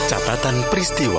Catatan peristiwa.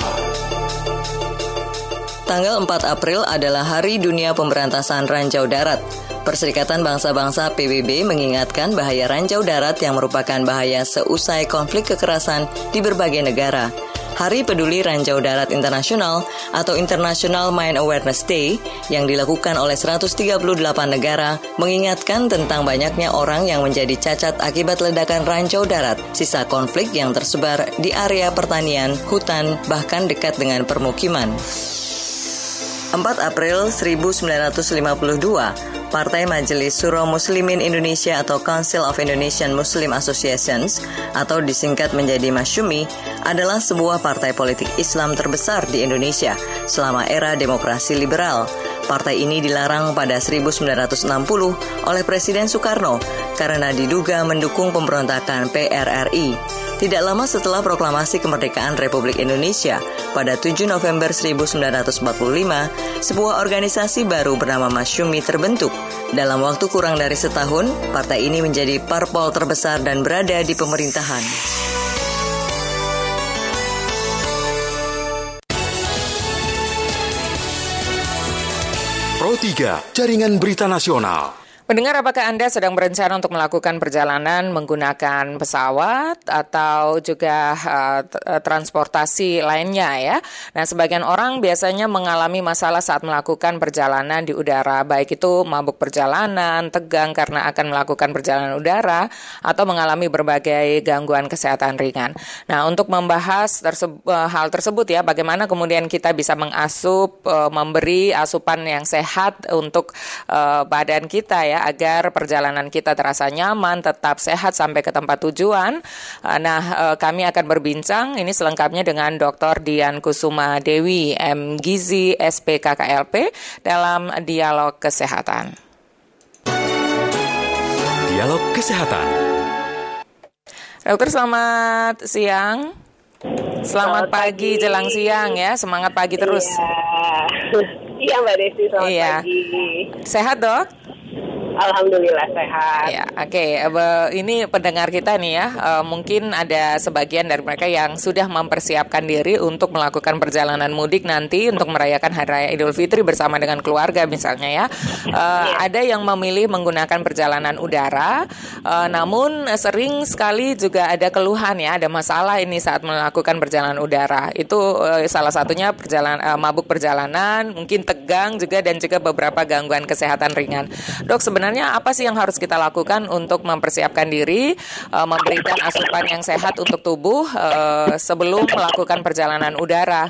Tanggal 4 April adalah Hari Dunia Pemberantasan Ranjau Darat. Perserikatan Bangsa-Bangsa PBB mengingatkan bahaya ranjau darat yang merupakan bahaya seusai konflik kekerasan di berbagai negara. Hari Peduli Ranjau Darat Internasional atau International Mine Awareness Day yang dilakukan oleh 138 negara mengingatkan tentang banyaknya orang yang menjadi cacat akibat ledakan ranjau darat, sisa konflik yang tersebar di area pertanian, hutan, bahkan dekat dengan permukiman. 4 April 1952, Partai Majelis Syuro Muslimin Indonesia atau Council of Indonesian Muslim Associations atau disingkat menjadi Masyumi adalah sebuah partai politik Islam terbesar di Indonesia selama era demokrasi liberal. Partai ini dilarang pada 1960 oleh Presiden Soekarno karena diduga mendukung pemberontakan PRRI. Tidak lama setelah proklamasi kemerdekaan Republik Indonesia pada 7 November 1945, sebuah organisasi baru bernama Masyumi terbentuk. Dalam waktu kurang dari setahun, partai ini menjadi parpol terbesar dan berada di pemerintahan. Pro 3, Jaringan Berita Nasional. Pendengar, apakah Anda sedang berencana untuk melakukan perjalanan menggunakan pesawat atau juga transportasi lainnya ya? Nah, sebagian orang biasanya mengalami masalah saat melakukan perjalanan di udara, baik itu mabuk perjalanan, tegang karena akan melakukan perjalanan udara, atau mengalami berbagai gangguan kesehatan ringan. Nah, untuk membahas hal tersebut ya, bagaimana kemudian kita bisa memberi asupan yang sehat untuk badan kita ya, agar perjalanan kita terasa nyaman, tetap sehat sampai ke tempat tujuan. Nah, kami akan berbincang ini selengkapnya dengan Dr. Dian Kusuma Dewi, M.Gizi, SPKKLP dalam Dialog Kesehatan. Dialog Kesehatan. Dokter, selamat siang. Selamat pagi jelang siang ya, semangat pagi terus. Iya Mbak Desi, selamat pagi. Sehat dok? Alhamdulillah sehat. Ya, oke. Ini pendengar kita nih ya, mungkin ada sebagian dari mereka yang sudah mempersiapkan diri untuk melakukan perjalanan mudik nanti untuk merayakan Hari Raya Idul Fitri bersama dengan keluarga misalnya ya. Ada yang memilih menggunakan perjalanan udara, namun sering sekali juga ada keluhan ya, ada masalah ini saat melakukan perjalanan udara. Itu salah satunya mabuk perjalanan, mungkin tegang juga dan juga beberapa gangguan kesehatan ringan. Dok, sebenarnya apa sih yang harus kita lakukan untuk mempersiapkan diri, memberikan asupan yang sehat untuk tubuh sebelum melakukan perjalanan udara?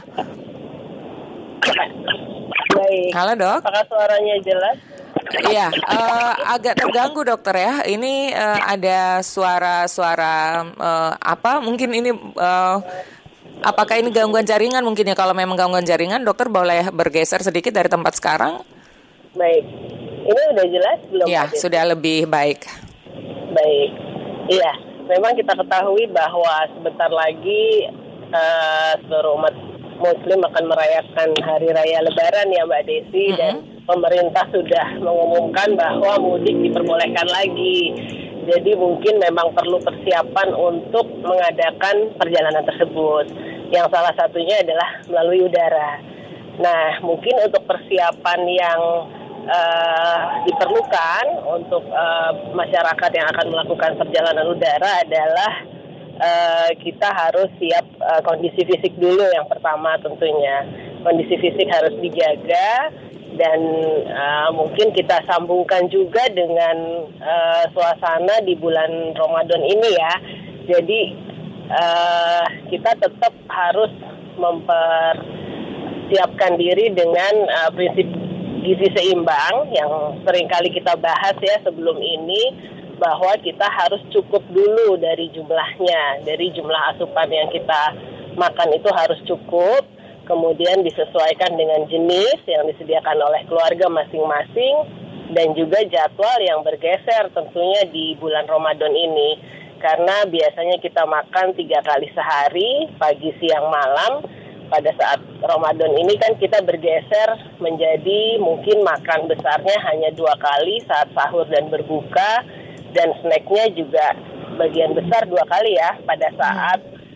Baik. Halo dok. Apakah suaranya jelas? Iya, agak terganggu dokter ya. Ini ada suara-suara apa? Mungkin ini apakah ini gangguan jaringan mungkin ya? Kalau memang gangguan jaringan, dokter boleh bergeser sedikit dari tempat sekarang? Baik. Ini udah jelas belum? Ya, sudah lebih baik. Baik. Iya, memang kita ketahui bahwa sebentar lagi seluruh umat Muslim akan merayakan Hari Raya Lebaran ya Mbak Desi, dan pemerintah sudah mengumumkan bahwa mudik diperbolehkan lagi. Jadi mungkin memang perlu persiapan untuk mengadakan perjalanan tersebut. Yang salah satunya adalah melalui udara. Nah, mungkin untuk persiapan yang diperlukan untuk masyarakat yang akan melakukan perjalanan udara adalah kita harus siap kondisi fisik dulu yang pertama tentunya. Kondisi fisik harus dijaga dan mungkin kita sambungkan juga dengan suasana di bulan Ramadan ini ya. Jadi kita tetap harus mempersiapkan diri dengan prinsip gizi seimbang yang seringkali kita bahas ya sebelum ini, bahwa kita harus cukup dulu dari jumlahnya, dari jumlah asupan yang kita makan itu harus cukup, kemudian disesuaikan dengan jenis yang disediakan oleh keluarga masing-masing, dan juga jadwal yang bergeser tentunya di bulan Ramadan ini, karena biasanya kita makan 3 kali sehari, pagi, siang, malam. Pada saat Ramadan ini kan kita bergeser menjadi mungkin makan besarnya hanya 2 kali saat sahur dan berbuka, dan snacknya juga bagian besar 2 kali ya pada saat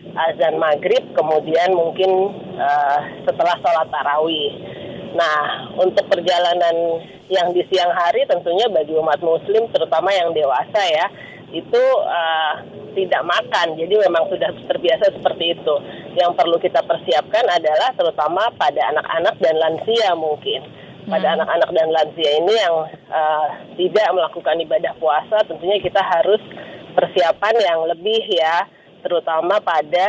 azan maghrib, kemudian mungkin setelah sholat tarawih. Nah, untuk perjalanan yang di siang hari tentunya bagi umat muslim, terutama yang dewasa ya, itu tidak makan, jadi memang sudah terbiasa seperti itu. Yang perlu kita persiapkan adalah terutama pada anak-anak dan lansia mungkin. Pada anak-anak dan lansia ini yang tidak melakukan ibadah puasa, tentunya kita harus persiapan yang lebih ya, terutama pada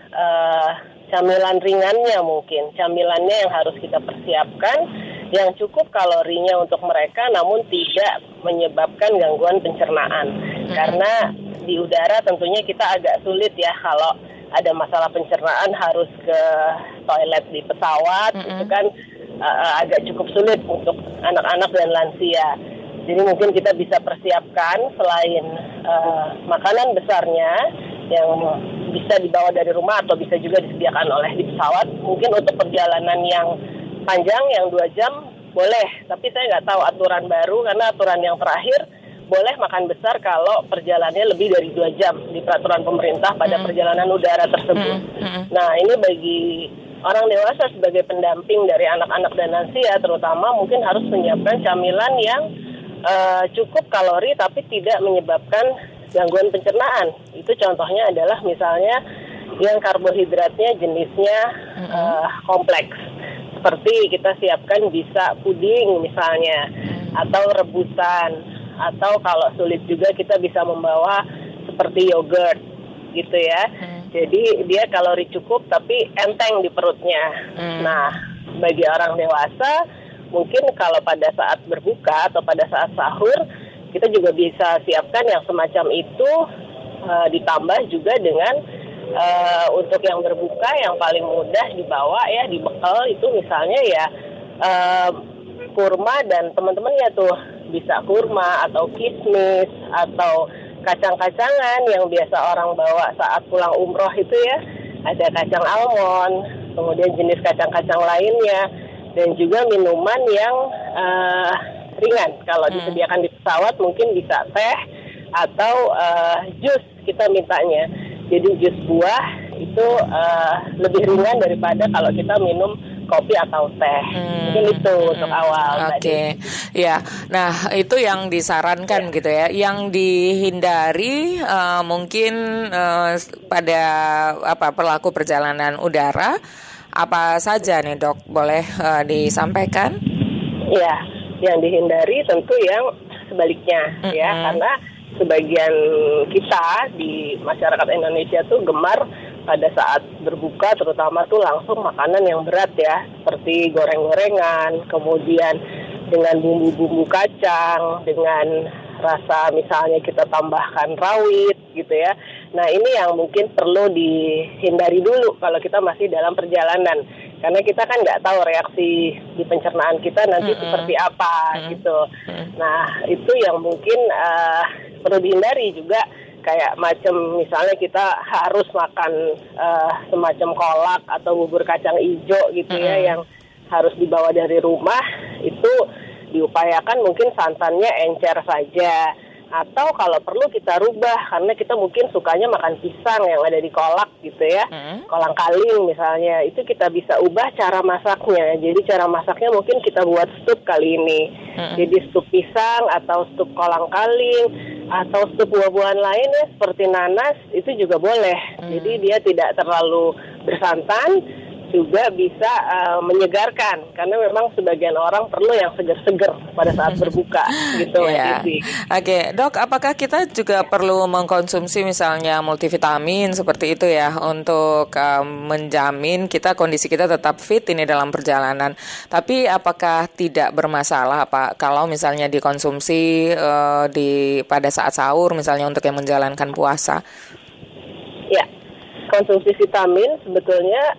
camilan ringannya mungkin. Camilannya yang harus kita persiapkan, yang cukup kalorinya untuk mereka, namun tidak menyebabkan gangguan pencernaan. Karena di udara tentunya kita agak sulit ya, kalau ada masalah pencernaan harus ke toilet di pesawat, itu kan agak cukup sulit untuk anak-anak dan lansia. Jadi mungkin kita bisa persiapkan selain makanan besarnya yang bisa dibawa dari rumah atau bisa juga disediakan oleh di pesawat. Mungkin untuk perjalanan yang panjang, yang 2 jam, boleh. Tapi saya nggak tahu aturan baru, karena aturan yang terakhir boleh makan besar kalau perjalanannya lebih dari 2 jam di peraturan pemerintah pada perjalanan udara tersebut. Nah, ini bagi orang dewasa sebagai pendamping dari anak-anak dan lansia terutama mungkin harus menyiapkan camilan yang cukup kalori tapi tidak menyebabkan gangguan pencernaan. Itu contohnya adalah misalnya yang karbohidratnya jenisnya kompleks. Seperti kita siapkan bisa puding misalnya, atau rebusan, atau kalau sulit juga kita bisa membawa seperti yogurt gitu ya. Jadi dia kalori cukup tapi enteng di perutnya. Nah, bagi orang dewasa mungkin kalau pada saat berbuka atau pada saat sahur kita juga bisa siapkan yang semacam itu, ditambah juga dengan untuk yang berbuka yang paling mudah dibawa ya, dibekal itu misalnya ya kurma dan teman-temannya tuh, bisa kurma atau kismis atau kacang-kacangan yang biasa orang bawa saat pulang umroh itu ya. Ada kacang almond, kemudian jenis kacang-kacang lainnya, dan juga minuman yang ringan. Kalau disediakan di pesawat mungkin bisa teh atau jus kita mintanya. Jadi jus buah itu lebih ringan daripada kalau kita minum kopi atau teh. Mungkin itu untuk awal. Oke. Ya, nah itu yang disarankan gitu ya. Yang dihindari mungkin pada pelaku perjalanan udara apa saja nih Dok? Boleh disampaikan? Ya, yang dihindari tentu yang sebaliknya ya, karena sebagian kita di masyarakat Indonesia tuh gemar pada saat berbuka terutama tuh langsung makanan yang berat ya, seperti goreng-gorengan, kemudian dengan bumbu-bumbu kacang, dengan rasa misalnya kita tambahkan rawit gitu ya. Nah ini yang mungkin perlu dihindari dulu kalau kita masih dalam perjalanan, karena kita kan nggak tahu reaksi di pencernaan kita nanti seperti apa gitu. Nah itu yang mungkin perlu dihindari juga, kayak macam misalnya kita harus makan semacam kolak atau bubur kacang hijau gitu ya, yang harus dibawa dari rumah, itu diupayakan mungkin santannya encer saja. Atau kalau perlu kita rubah, karena kita mungkin sukanya makan pisang yang ada di kolak gitu ya, kolang kaling misalnya, itu kita bisa ubah cara masaknya. Jadi cara masaknya mungkin kita buat sup kali ini, jadi sup pisang atau sup kolang kaling atau sup buah-buahan lainnya seperti nanas, itu juga boleh. Jadi dia tidak terlalu bersantan, juga bisa menyegarkan, karena memang sebagian orang perlu yang seger-seger pada saat berbuka gitu. Oke, Dok, apakah kita juga perlu mengkonsumsi misalnya multivitamin seperti itu ya untuk menjamin kondisi kita tetap fit ini dalam perjalanan? Tapi apakah tidak bermasalah kalau misalnya dikonsumsi pada saat sahur misalnya untuk yang menjalankan puasa? Ya. Konsumsi vitamin sebetulnya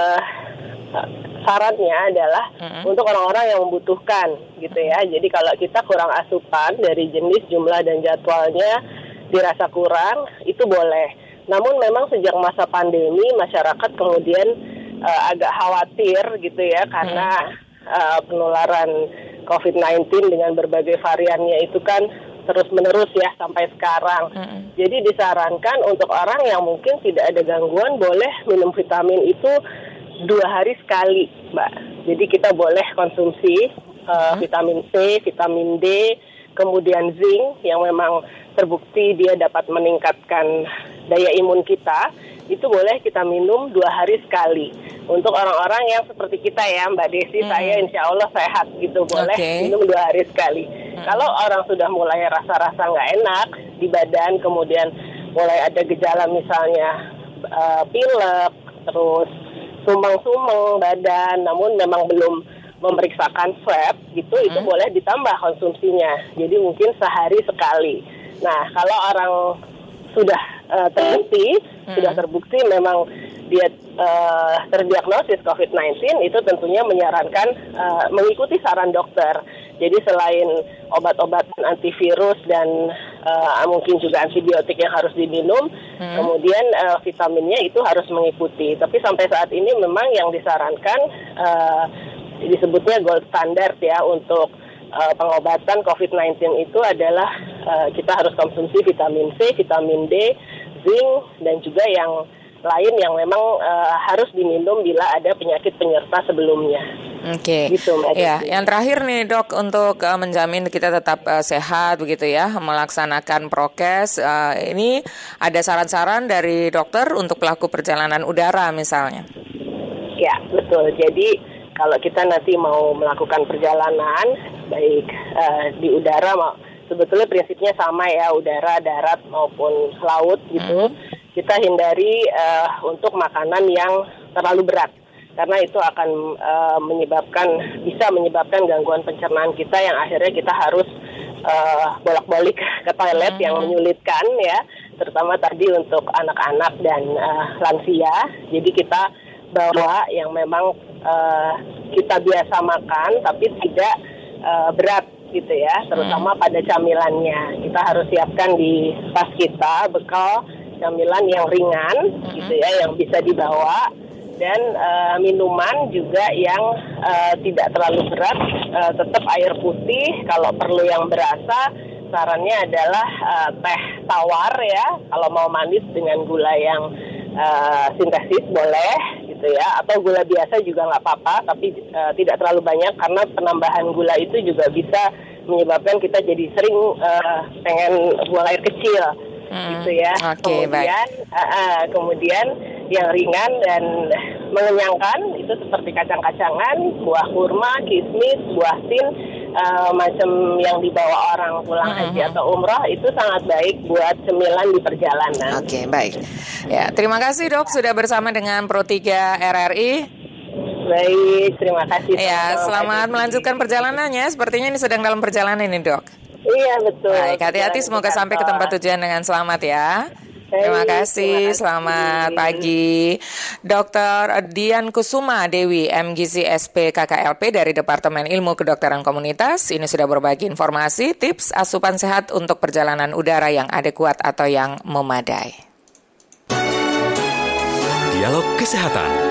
syaratnya adalah untuk orang-orang yang membutuhkan gitu ya. Jadi kalau kita kurang asupan dari jenis, jumlah, dan jadwalnya dirasa kurang, itu boleh. Namun memang sejak masa pandemi masyarakat kemudian agak khawatir gitu ya, karena penularan COVID-19 dengan berbagai variannya itu kan terus-menerus ya sampai sekarang. Jadi disarankan untuk orang yang mungkin tidak ada gangguan boleh minum vitamin itu 2 hari sekali, Mbak. Jadi kita boleh konsumsi vitamin C, vitamin D, kemudian zinc yang memang terbukti dia dapat meningkatkan daya imun kita. Itu boleh kita minum 2 hari sekali. Untuk orang-orang yang seperti kita ya, Mbak Desi, saya insya Allah sehat gitu, boleh minum 2 hari sekali. Kalau orang sudah mulai rasa-rasa nggak enak di badan, kemudian mulai ada gejala misalnya pilek, terus sumeng-sumeng badan, namun memang belum memeriksakan swab gitu, itu boleh ditambah konsumsinya. Jadi mungkin sehari sekali. Nah, kalau orang sudah terbukti memang dia terdiagnosis COVID-19, itu tentunya menyarankan mengikuti saran dokter. Jadi selain obat-obatan antivirus dan mungkin juga antibiotik yang harus diminum, kemudian vitaminnya itu harus mengikuti. Tapi sampai saat ini memang yang disarankan disebutnya gold standard ya untuk pengobatan COVID-19 itu adalah kita harus konsumsi vitamin C, vitamin D, zinc, dan juga yang lain yang memang harus diminum bila ada penyakit penyerta sebelumnya. Oke. Gitu, ya, yang terakhir nih Dok, untuk menjamin kita tetap sehat begitu ya, melaksanakan prokes. Ini ada saran-saran dari dokter untuk pelaku perjalanan udara misalnya? Ya, betul. Jadi kalau kita nanti mau melakukan perjalanan, baik di udara, sebetulnya prinsipnya sama ya, udara, darat maupun laut gitu. Kita hindari untuk makanan yang terlalu berat, karena itu akan bisa menyebabkan gangguan pencernaan kita yang akhirnya kita harus bolak-balik ke toilet yang menyulitkan ya, terutama tadi untuk anak-anak dan lansia. Jadi kita bawa yang memang kita biasa makan tapi tidak berat gitu ya, terutama pada camilannya. Kita harus siapkan di tas kita bekal camilan yang ringan gitu ya, yang bisa dibawa, dan minuman juga yang tidak terlalu berat, tetap air putih. Kalau perlu yang berasa, sarannya adalah teh tawar ya, kalau mau manis dengan gula yang sintesis boleh gitu ya, atau gula biasa juga nggak apa-apa, tapi tidak terlalu banyak karena penambahan gula itu juga bisa menyebabkan kita jadi sering pengen buang air kecil gitu ya. Kemudian yang ringan dan mengenyangkan itu seperti kacang-kacangan, buah kurma, kismis, buah tin, macam yang dibawa orang pulang haji atau umrah, itu sangat baik buat cemilan di perjalanan. Oke, baik. Ya, terima kasih Dok sudah bersama dengan Pro 3 RRI. Baik, terima kasih. Ya, selamat melanjutkan perjalanannya. Sepertinya ini sedang dalam perjalanan ini, Dok. Iya, betul. Baik, hati-hati, semoga sampai ke tempat tujuan dengan selamat ya. Terima kasih, selamat pagi. Dr. Dian Kusuma Dewi, MGisi SP KKLP dari Departemen Ilmu Kedokteran Komunitas. Ini sudah berbagi informasi, tips asupan sehat untuk perjalanan udara yang adekuat atau yang memadai. Dialog Kesehatan.